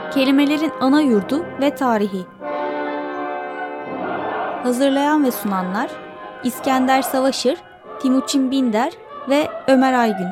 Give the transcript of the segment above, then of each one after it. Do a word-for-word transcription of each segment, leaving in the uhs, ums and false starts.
Kelimelerin ana yurdu ve tarihi. Hazırlayan ve sunanlar İskender Savaşır, Timuçin Binder ve Ömer Aygün.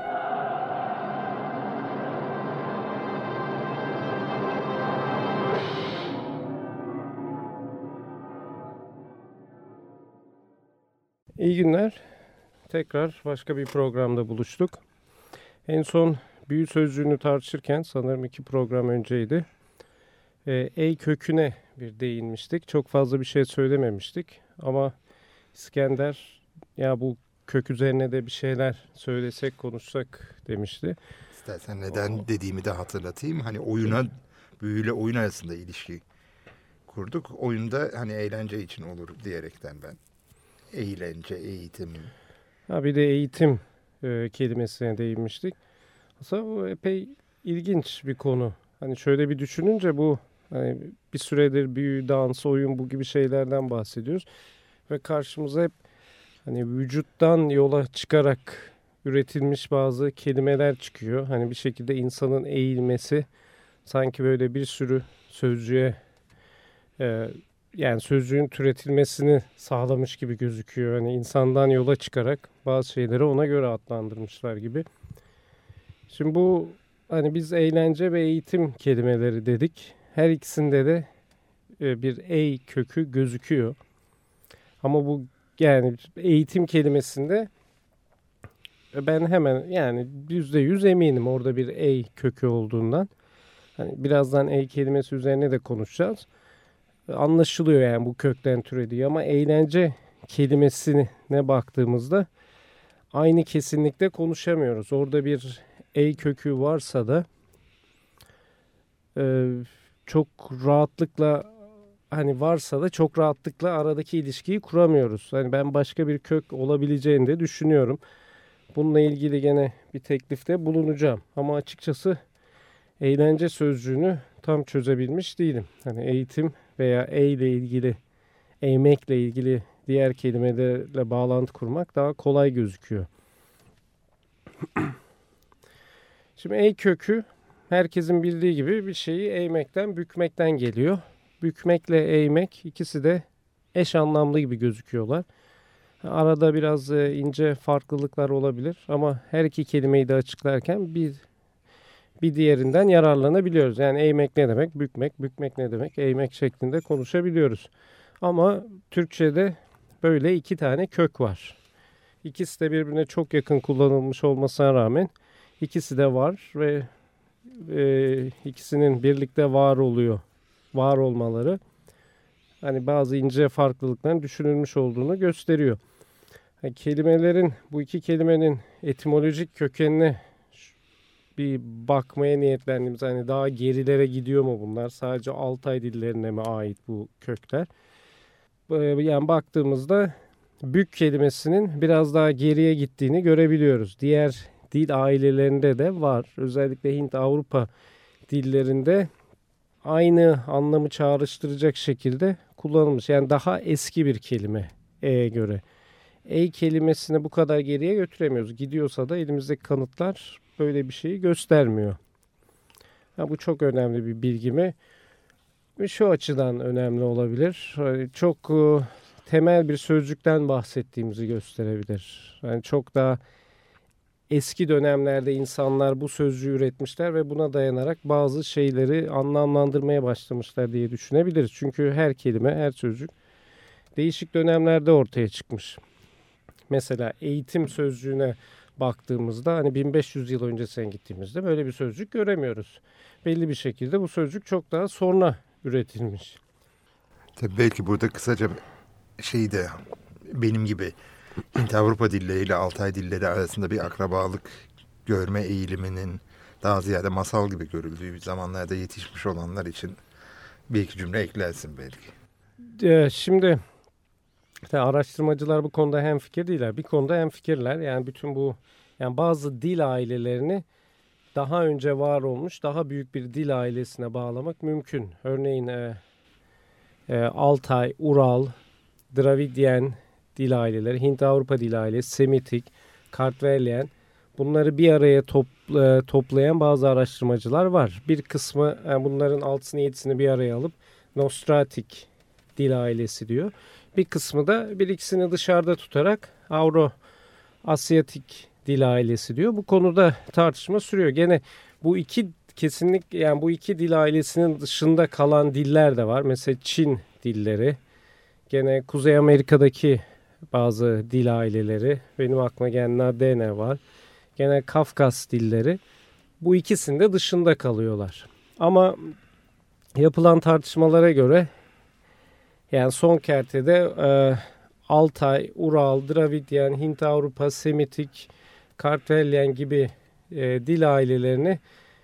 İyi günler. Tekrar başka bir programda buluştuk. En son büyü sözcüğünü tartışırken sanırım iki program önceydi. E, ey köküne bir değinmiştik. Çok fazla bir şey söylememiştik. Ama İskender ya bu kök üzerine de bir şeyler söylesek konuşsak demişti. İstersen neden o... dediğimi de hatırlatayım. Hani oyuna, büyüyle oyun arasında ilişki kurduk. Oyunda hani eğlence için olur diyerekten ben. Eğlence, eğitim. Ha, bir de eğitim e, kelimesine değinmiştik. Aslında bu epey ilginç bir konu. Hani şöyle bir düşününce bu hani bir süredir büyü, dans, oyun bu gibi şeylerden bahsediyoruz. Ve karşımıza hep hani vücuttan yola çıkarak üretilmiş bazı kelimeler çıkıyor. Hani bir şekilde insanın eğilmesi sanki böyle bir sürü sözcüğe e, yani sözcüğün türetilmesini sağlamış gibi gözüküyor. Hani insandan yola çıkarak bazı şeyleri ona göre adlandırmışlar gibi. Şimdi bu hani biz eğlence ve eğitim kelimeleri dedik. Her ikisinde de e, bir ey kökü gözüküyor. Ama bu yani eğitim kelimesinde ben hemen yani yüzde yüz eminim orada bir ey kökü olduğundan. Hani birazdan ey kelimesi üzerine de konuşacağız. Anlaşılıyor yani bu kökten türediği ama eğlence kelimesine baktığımızda aynı kesinlikle konuşamıyoruz. Orada bir ey kökü varsa da e, çok rahatlıkla hani varsa da çok rahatlıkla aradaki ilişkiyi kuramıyoruz. Hani ben başka bir kök olabileceğini de düşünüyorum. Bununla ilgili gene bir teklifte bulunacağım. Ama açıkçası eğlence sözcüğünü tam çözebilmiş değilim. Hani eğitim veya ey ile ilgili, eğmekle ilgili diğer kelimelerle bağlantı kurmak daha kolay gözüküyor. Şimdi ey kökü herkesin bildiği gibi bir şeyi eğmekten, bükmekten geliyor. Bükmekle eğmek ikisi de eş anlamlı gibi gözüküyorlar. Arada biraz ince farklılıklar olabilir ama her iki kelimeyi de açıklarken bir bir diğerinden yararlanabiliyoruz. Yani eğmek ne demek, bükmek, bükmek ne demek, eğmek şeklinde konuşabiliyoruz. Ama Türkçe'de böyle iki tane kök var. İkisi de birbirine çok yakın kullanılmış olmasına rağmen ikisi de var ve e, ikisinin birlikte var oluyor, var olmaları hani bazı ince farklılıkların düşünülmüş olduğunu gösteriyor. Yani kelimelerin, bu iki kelimenin etimolojik kökenine bir bakmaya niyetlendiğimiz, hani daha gerilere gidiyor mu bunlar? Sadece Altay dillerine mi ait bu kökler? Yani baktığımızda bük kelimesinin biraz daha geriye gittiğini görebiliyoruz. Diğer dil ailelerinde de var. Özellikle Hint-Avrupa dillerinde aynı anlamı çağrıştıracak şekilde kullanılmış. Yani daha eski bir kelime e'ye göre. Ey kelimesini bu kadar geriye götüremiyoruz. Gidiyorsa da elimizdeki kanıtlar böyle bir şeyi göstermiyor. Ya bu çok önemli bir bilgi mi? Şu açıdan önemli olabilir. Çok temel bir sözcükten bahsettiğimizi gösterebilir. Yani çok daha eski dönemlerde insanlar bu sözcüğü üretmişler ve buna dayanarak bazı şeyleri anlamlandırmaya başlamışlar diye düşünebiliriz. Çünkü her kelime, her sözcük değişik dönemlerde ortaya çıkmış. Mesela eğitim sözcüğüne baktığımızda hani bin beş yüz yıl öncesine gittiğimizde böyle bir sözcük göremiyoruz. Belli bir şekilde bu sözcük çok daha sonra üretilmiş. Tabii belki burada kısaca şey de benim gibi Hint-Avrupa dilleriyle Altay dilleri arasında bir akrabalık görme eğiliminin daha ziyade masal gibi görüldüğü bir zamanlarda yetişmiş olanlar için bir iki cümle eklersin belki. Ee, şimdi işte araştırmacılar bu konuda hemfikir değiller. Bir konuda hemfikirler. Yani bütün bu yani bazı dil ailelerini daha önce var olmuş daha büyük bir dil ailesine bağlamak mümkün. Örneğin e, e, Altay, Ural, Dravidyen dil aileleri, Hint-Avrupa dil ailesi, Semitik, Kartvelian. bunları bir araya topla, toplayan bazı araştırmacılar var. Bir kısmı yani bunların altısını yedisini bir araya alıp Nostratik dil ailesi diyor. Bir kısmı da bir ikisini dışarıda tutarak Avro-Asyatik dil ailesi diyor. Bu konuda tartışma sürüyor. Gene bu iki kesinlikle yani bu iki dil ailesinin dışında kalan diller de var. Mesela Çin dilleri, gene Kuzey Amerika'daki bazı dil aileleri, benim aklıma gelen Nadene var. Gene Kafkas dilleri. Bu ikisinde dışında kalıyorlar. Ama yapılan tartışmalara göre yani son kertede e, Altay, Ural, Dravidyan, Hint-Avrupa, Semitik, Kartvelyen gibi e, dil ailelerini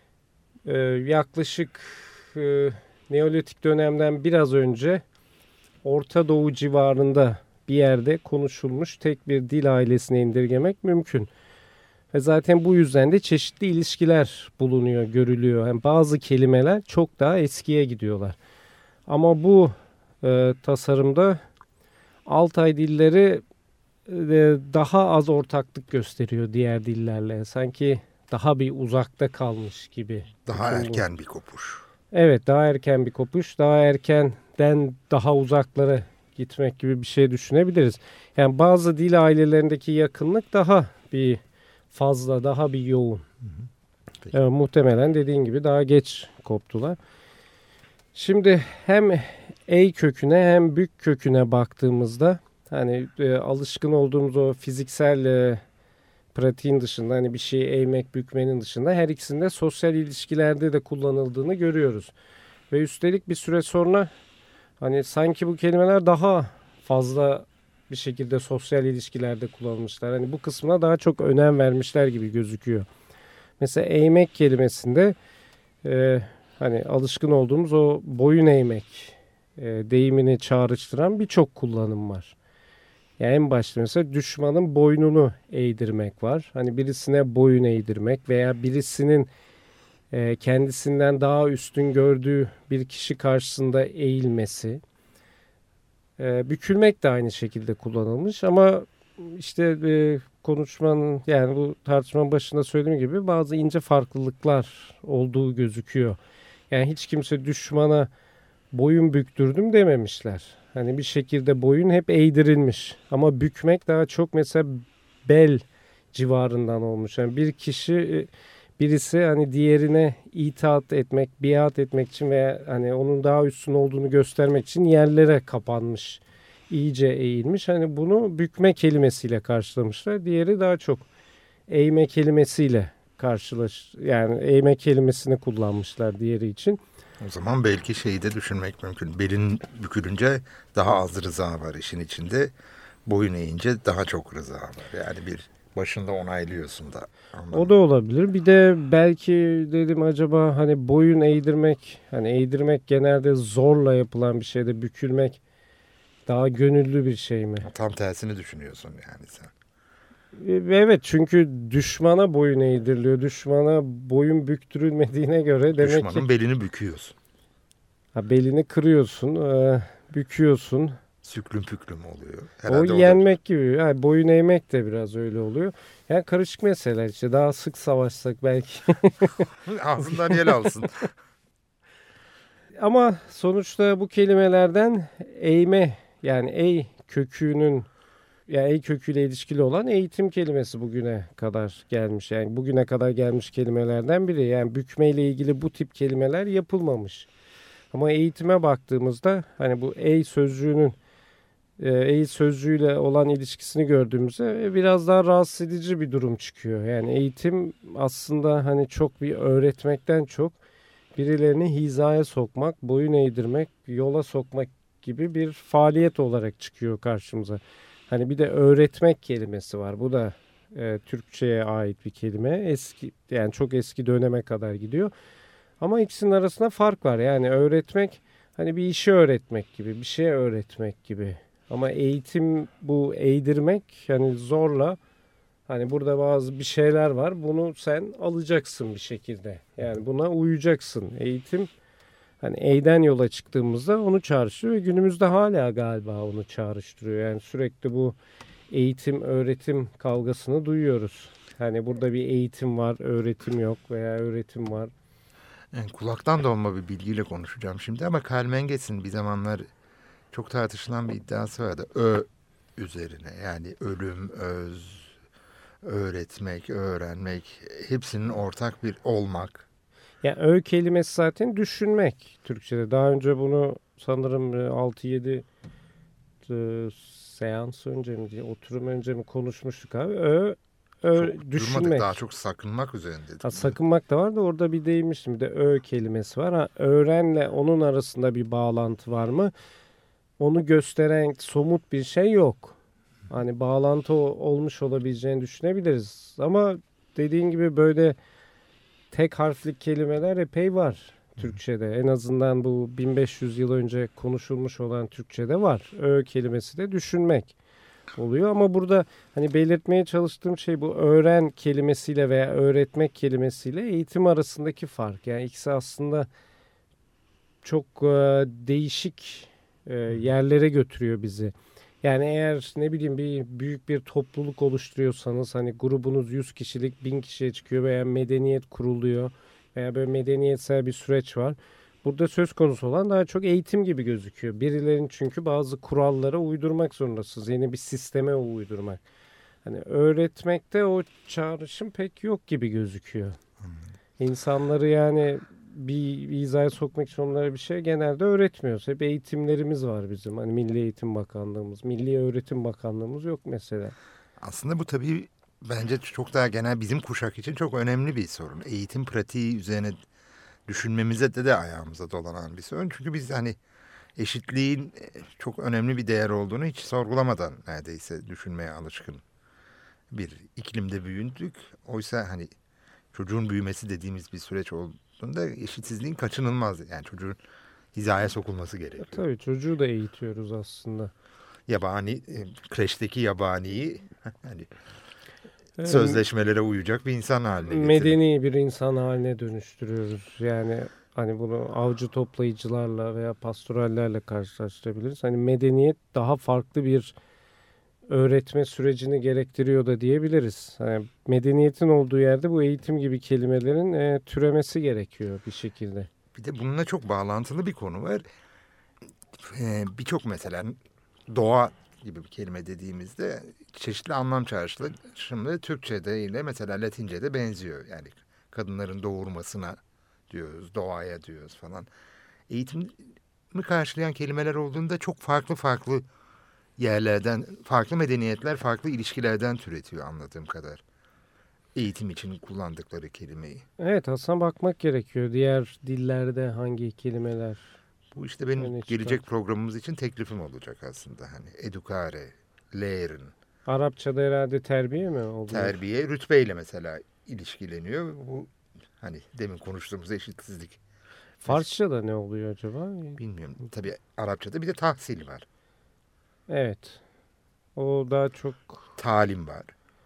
e, yaklaşık e, Neolitik dönemden biraz önce Orta Doğu civarında bir yerde konuşulmuş tek bir dil ailesine indirgemek mümkün. Ve zaten bu yüzden de çeşitli ilişkiler bulunuyor, görülüyor. Yani bazı kelimeler çok daha eskiye gidiyorlar. Ama bu e, tasarımda Altay dilleri e, daha az ortaklık gösteriyor diğer dillerle. Sanki daha bir uzakta kalmış gibi. Daha erken bir kopuş. Evet, daha erken bir kopuş. Daha erkenden daha uzaklara gitmek gibi bir şey düşünebiliriz. Yani bazı dil ailelerindeki yakınlık daha bir fazla, daha bir yoğun. Hı hı. Evet, muhtemelen dediğin gibi daha geç koptular. Şimdi hem ey köküne hem bük köküne baktığımızda hani e, alışkın olduğumuz o fiziksel e, pratiğin dışında hani bir şeyi eğmek, bükmenin dışında her ikisinde sosyal ilişkilerde de kullanıldığını görüyoruz. Ve üstelik bir süre sonra hani sanki bu kelimeler daha fazla bir şekilde sosyal ilişkilerde kullanılmışlar. Hani bu kısmına daha çok önem vermişler gibi gözüküyor. Mesela eğmek kelimesinde e, hani alışkın olduğumuz o boyun eğmek e, deyimini çağrıştıran birçok kullanım var. Yani en başta mesela düşmanın boynunu eğdirmek var. Hani birisine boyun eğdirmek veya birisinin e, kendisinden daha üstün gördüğü bir kişi karşısında eğilmesi. E, bükülmek de aynı şekilde kullanılmış ama işte e, konuşmanın yani bu tartışmanın başında söylediğim gibi bazı ince farklılıklar olduğu gözüküyor. Yani hiç kimse düşmana boyun büktürdüm dememişler. Hani bir şekilde boyun hep eğdirilmiş ama bükmek daha çok mesela bel civarından olmuş. Yani bir kişi birisi hani diğerine itaat etmek, biat etmek için veya hani onun daha üstün olduğunu göstermek için yerlere kapanmış, iyice eğilmiş. Hani bunu bükme kelimesiyle karşılamışlar. Diğeri daha çok eğme kelimesiyle karşılaş, yani eğme kelimesini kullanmışlar diğeri için. O zaman belki şeyi de düşünmek mümkün. Belin bükülünce daha az rıza var işin içinde. Boyun eğince daha çok rıza var. Yani bir başında onaylıyorsun da. Anladım. O da olabilir. Bir de belki dedim acaba hani boyun eğdirmek, hani eğdirmek genelde zorla yapılan bir şeyde, bükülmek daha gönüllü bir şey mi? Tam tersini düşünüyorsun yani sen. Evet, çünkü düşmana boyun eğdiriliyor. Düşmana boyun büktürülmediğine göre demek Düşmanın ki... Düşmanın belini büküyorsun. Ha, belini kırıyorsun, e, büküyorsun. Süklüm püklüm oluyor. Herhalde o yenmek o gibi. Yani boyun eğmek de biraz öyle oluyor. Yani karışık meseleler işte. Daha sık savaşsak belki. Ağzından yel alsın. Ama sonuçta bu kelimelerden eğme yani ey kökünün yani ey köküyle ilişkili olan eğitim kelimesi bugüne kadar gelmiş. Yani bugüne kadar gelmiş kelimelerden biri. Yani bükmeyle ilgili bu tip kelimeler yapılmamış. Ama eğitime baktığımızda hani bu ey sözcüğünün ey sözcüğüyle olan ilişkisini gördüğümüzde biraz daha rahatsız edici bir durum çıkıyor. Yani eğitim aslında hani çok bir öğretmekten çok birilerini hizaya sokmak, boyun eğdirmek, yola sokmak gibi bir faaliyet olarak çıkıyor karşımıza. Hani bir de öğretmek kelimesi var. Bu da e, Türkçe'ye ait bir kelime. Eski yani çok eski döneme kadar gidiyor. Ama ikisinin arasında fark var. Yani öğretmek hani bir işi öğretmek gibi, bir şey öğretmek gibi. Ama eğitim bu eğdirmek yani zorla hani burada bazı bir şeyler var. Bunu sen alacaksın bir şekilde. Yani buna uyacaksın. Eğitim hani eğden yola çıktığımızda onu çağrıştırıyor ve günümüzde hala galiba onu çağrıştırıyor. Yani sürekli bu eğitim öğretim kavgasını duyuyoruz Hani burada bir eğitim var, öğretim yok veya öğretim var. Yani kulaktan dolma bir bilgiyle konuşacağım şimdi ama Karl Menges'in bir zamanlar çok tartışılan bir iddiası vardı. Ö üzerine, yani ölüm, öz, öğretmek, öğrenmek, hepsinin ortak bir olmak. Yani ö kelimesi zaten düşünmek Türkçe'de. Daha önce bunu sanırım altı yedi e, seans önce mi diye, oturum önce mi konuşmuştuk abi. Ö, ö çok düşünmek. Durmadık, daha çok sakınmak üzerinde. Ha, sakınmak da var da orada bir değinmiştim. Bir de ö kelimesi var. Ha, öğrenle onun arasında bir bağlantı var mı? Onu gösteren somut bir şey yok. Hani bağlantı olmuş olabileceğini düşünebiliriz. Ama dediğin gibi böyle tek harfli kelimeler epey var Türkçe'de. En azından bu bin beş yüz yıl önce konuşulmuş olan Türkçe'de var. Ö kelimesi de düşünmek oluyor. Ama burada hani belirtmeye çalıştığım şey bu öğren kelimesiyle veya öğretmek kelimesiyle eğitim arasındaki fark. Yani ikisi aslında çok e, değişik e, yerlere götürüyor bizi. Yani eğer ne bileyim bir büyük bir topluluk oluşturuyorsanız, hani grubunuz yüz kişilik bin kişiye çıkıyor veya medeniyet kuruluyor veya böyle medeniyetsel bir süreç var. Burada söz konusu olan daha çok eğitim gibi gözüküyor. Birilerin çünkü bazı kurallara uydurmak zorundasınız. Yeni bir sisteme uydurmak. Hani öğretmekte o çağrışım pek yok gibi gözüküyor. İnsanları yani bir hizaya sokmak için onlara bir şey genelde öğretmiyoruz. Hep eğitimlerimiz var bizim. Hani Milli Eğitim Bakanlığımız, Milli Öğretim Bakanlığımız yok mesela. Aslında bu tabii bence çok daha genel bizim kuşak için çok önemli bir sorun. Eğitim pratiği üzerine düşünmemize de de ayağımıza dolanan bir sorun. Çünkü biz hani eşitliğin çok önemli bir değer olduğunu hiç sorgulamadan neredeyse düşünmeye alışkın bir iklimde büyüdük. Oysa hani çocuğun büyümesi dediğimiz bir süreç olduğunda eşitsizliğin kaçınılmaz. Yani çocuğun hizaya sokulması gerekiyor. E, tabii çocuğu da eğitiyoruz aslında. Yabani, kreşteki yabaniyi hani evet, sözleşmelere uyacak bir insan haline getiriyor. Medeni bir insan haline dönüştürüyoruz. Yani hani bunu avcı toplayıcılarla veya pastorallerle karşılaştırabiliriz. Hani medeniyet daha farklı bir öğretme sürecini gerektiriyor da diyebiliriz. Yani medeniyetin olduğu yerde bu eğitim gibi kelimelerin e, türemesi gerekiyor bir şekilde. Bir de bununla çok bağlantılı bir konu var. Ee, Birçok mesela doğa gibi bir kelime dediğimizde çeşitli anlam çağrışımları Türkçe'de ile mesela Latince'de benziyor. Yani kadınların doğurmasına diyoruz, doğaya diyoruz falan. Eğitimi karşılayan kelimeler olduğunda çok farklı farklı yerlerden, farklı medeniyetler, farklı ilişkilerden türetiyor anladığım kadar. Eğitim için kullandıkları kelimeyi. Evet, aslında bakmak gerekiyor. Diğer dillerde hangi kelimeler? Bu işte benim gelecek programımız için teklifim olacak aslında. Hani educare, lehren. Arapçada herhalde terbiye mi oluyor? Terbiye, rütbeyle mesela ilişkileniyor. Bu hani demin konuştuğumuz eşitsizlik. Farsçada ne oluyor acaba? Bilmiyorum. Tabii Arapçada bir de tahsil var. Evet. O daha çok... Talim var.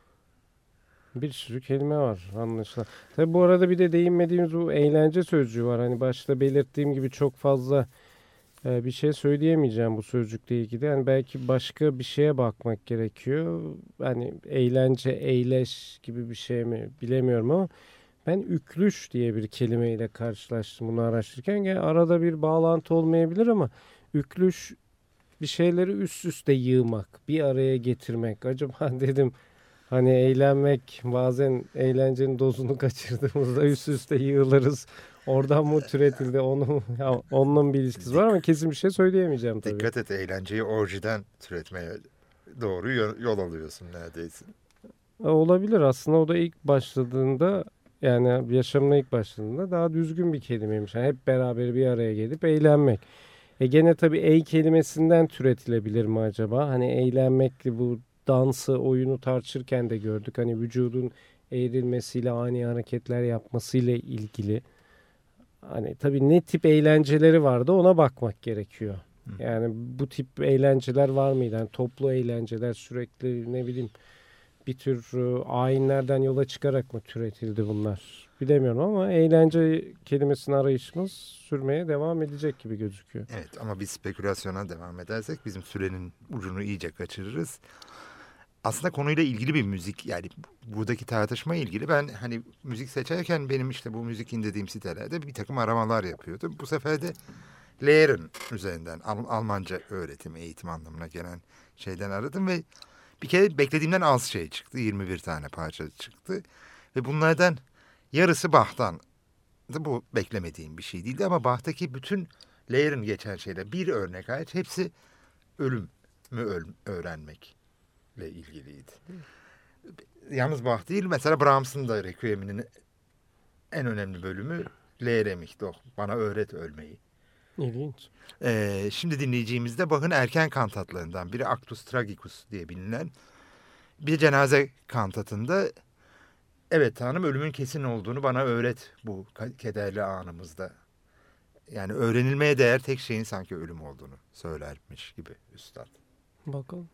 Bir sürü kelime var anlaşılan. Tabii bu arada bir de değinmediğimiz bu eğlence sözcüğü var. Hani başta belirttiğim gibi çok fazla e, bir şey söyleyemeyeceğim bu sözcükle ilgili. Yani belki başka bir şeye bakmak gerekiyor. Hani eğlence, eğleş gibi bir şey mi bilemiyorum ama ben üklüş diye bir kelimeyle karşılaştım bunu araştırırken. Yani arada bir bağlantı olmayabilir ama üklüş bir şeyleri üst üste yığmak, bir araya getirmek. Acaba dedim hani eğlenmek, bazen eğlencenin dozunu kaçırdığımızda üst üste yığılırız. Oradan mı türetildi, onu ya onunla bir ilişkisi var ama kesin bir şey söyleyemeyeceğim tabii. Dikkat et, eğlenceyi orijiden türetmeye doğru yol alıyorsun neredeyse. Olabilir aslında, o da ilk başladığında, yani yaşamına ilk başladığında daha düzgün bir kelimeymiş. Yani hep beraber bir araya gelip eğlenmek. E gene tabii ey kelimesinden türetilebilir mi acaba? Hani eğlenmekle bu dansı, oyunu tartışırken de gördük. Hani vücudun eğrilmesiyle, ani hareketler yapmasıyla ilgili. Hani tabii ne tip eğlenceleri vardı ona bakmak gerekiyor. Yani bu tip eğlenceler var mıydı? Yani toplu eğlenceler sürekli ne bileyim bir tür ayinlerden yola çıkarak mı türetildi bunlar? Bilemiyorum ama eğlence kelimesinin arayışımız sürmeye devam edecek gibi gözüküyor. Evet, ama biz spekülasyona devam edersek bizim sürenin ucunu iyice kaçırırız. aslında konuyla ilgili bir müzik, yani buradaki tartışma ilgili. Ben hani müzik seçerken benim işte bu müzikin dediğim sitelerde bir takım aramalar yapıyordum. Bu sefer de Lehren üzerinden Al- Almanca öğretim, eğitim anlamına gelen şeyden aradım ve bir kere beklediğimden az şey çıktı. yirmi bir tane parça çıktı ve bunlardan yarısı Bach'tan. Bu beklemediğim bir şey değildi ama Bach'taki bütün Lehren geçen şeyler, bir örnek hariç hepsi ölüm mü öl- öğrenmekle ilgiliydi. Yalnız Bach değil, mesela Brahms'ın da Requiem'inin en önemli bölümü Lehrem'di, bana öğret ölmeyi. İlginç. Ee, şimdi dinleyeceğimiz de Bach'ın erken kantatlarından biri, Actus Tragicus diye bilinen bir cenaze kantatında. Evet Tanrım, ölümün kesin olduğunu bana öğret bu kederli anımızda. Yani öğrenilmeye değer tek şeyin sanki ölüm olduğunu söylermiş gibi üstad. Bakalım.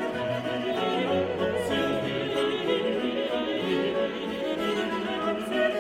Thank you.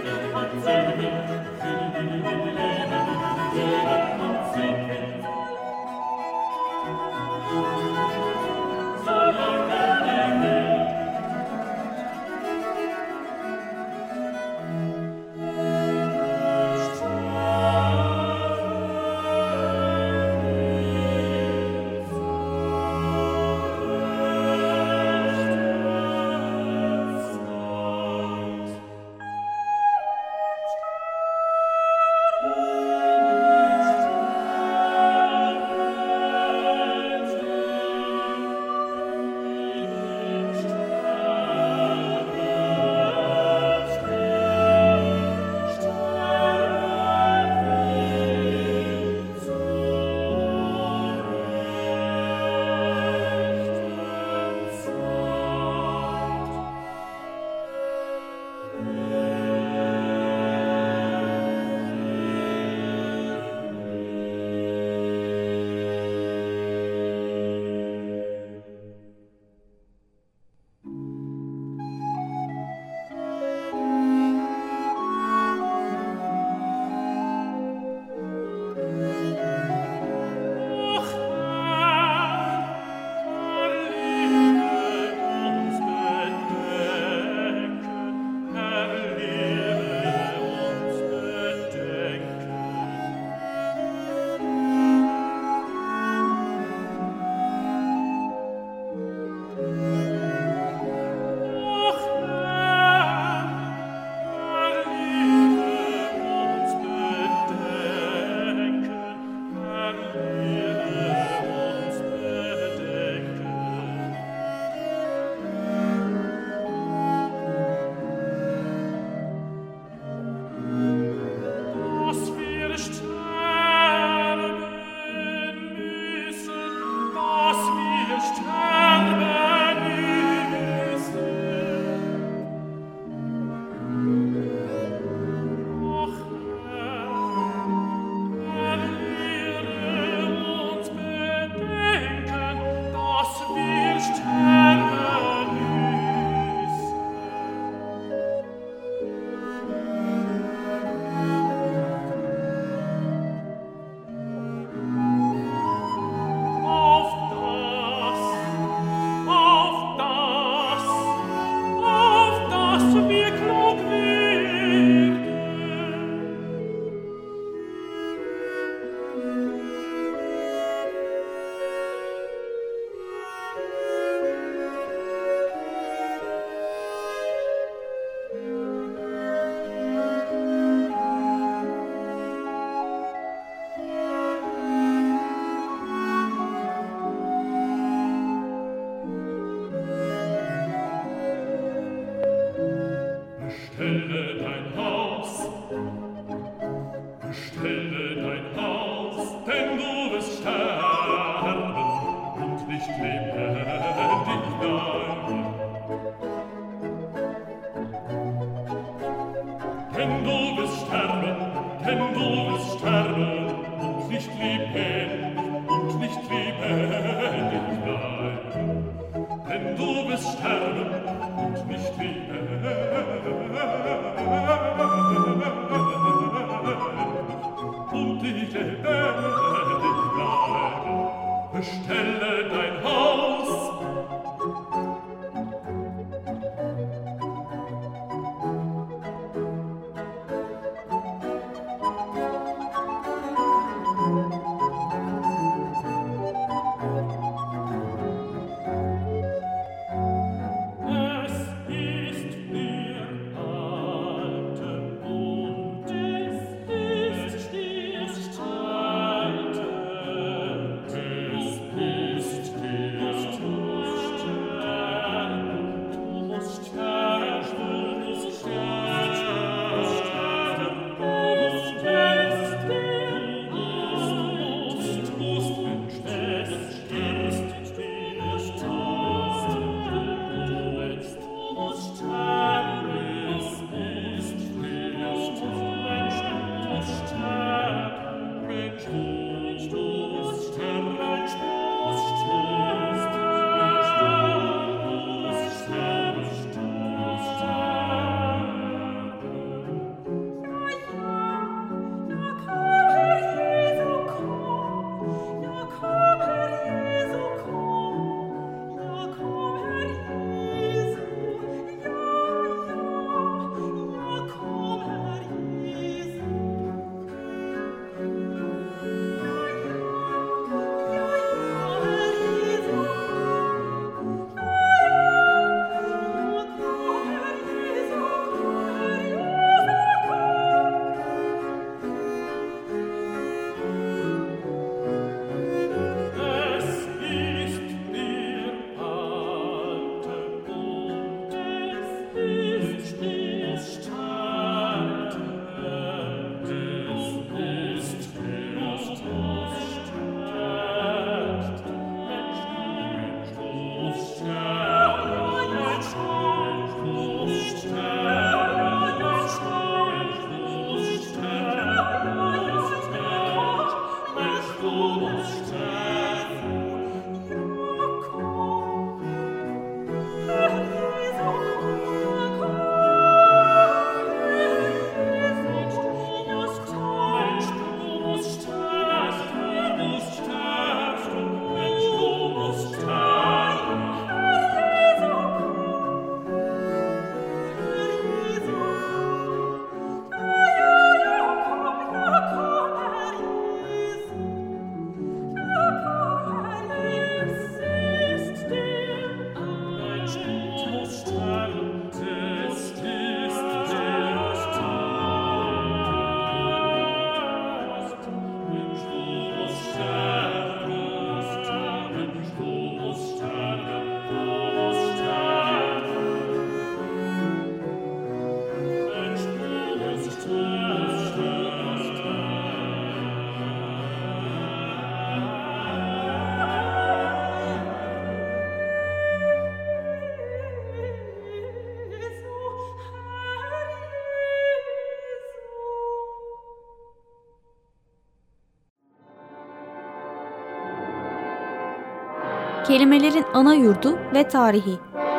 Kelimelerin ana yurdu ve tarihi.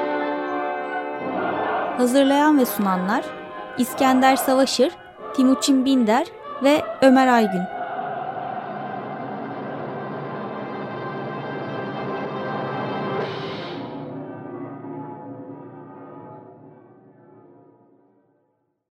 Hazırlayan ve sunanlar İskender Savaşır, Timuçin Binder ve Ömer Aygün.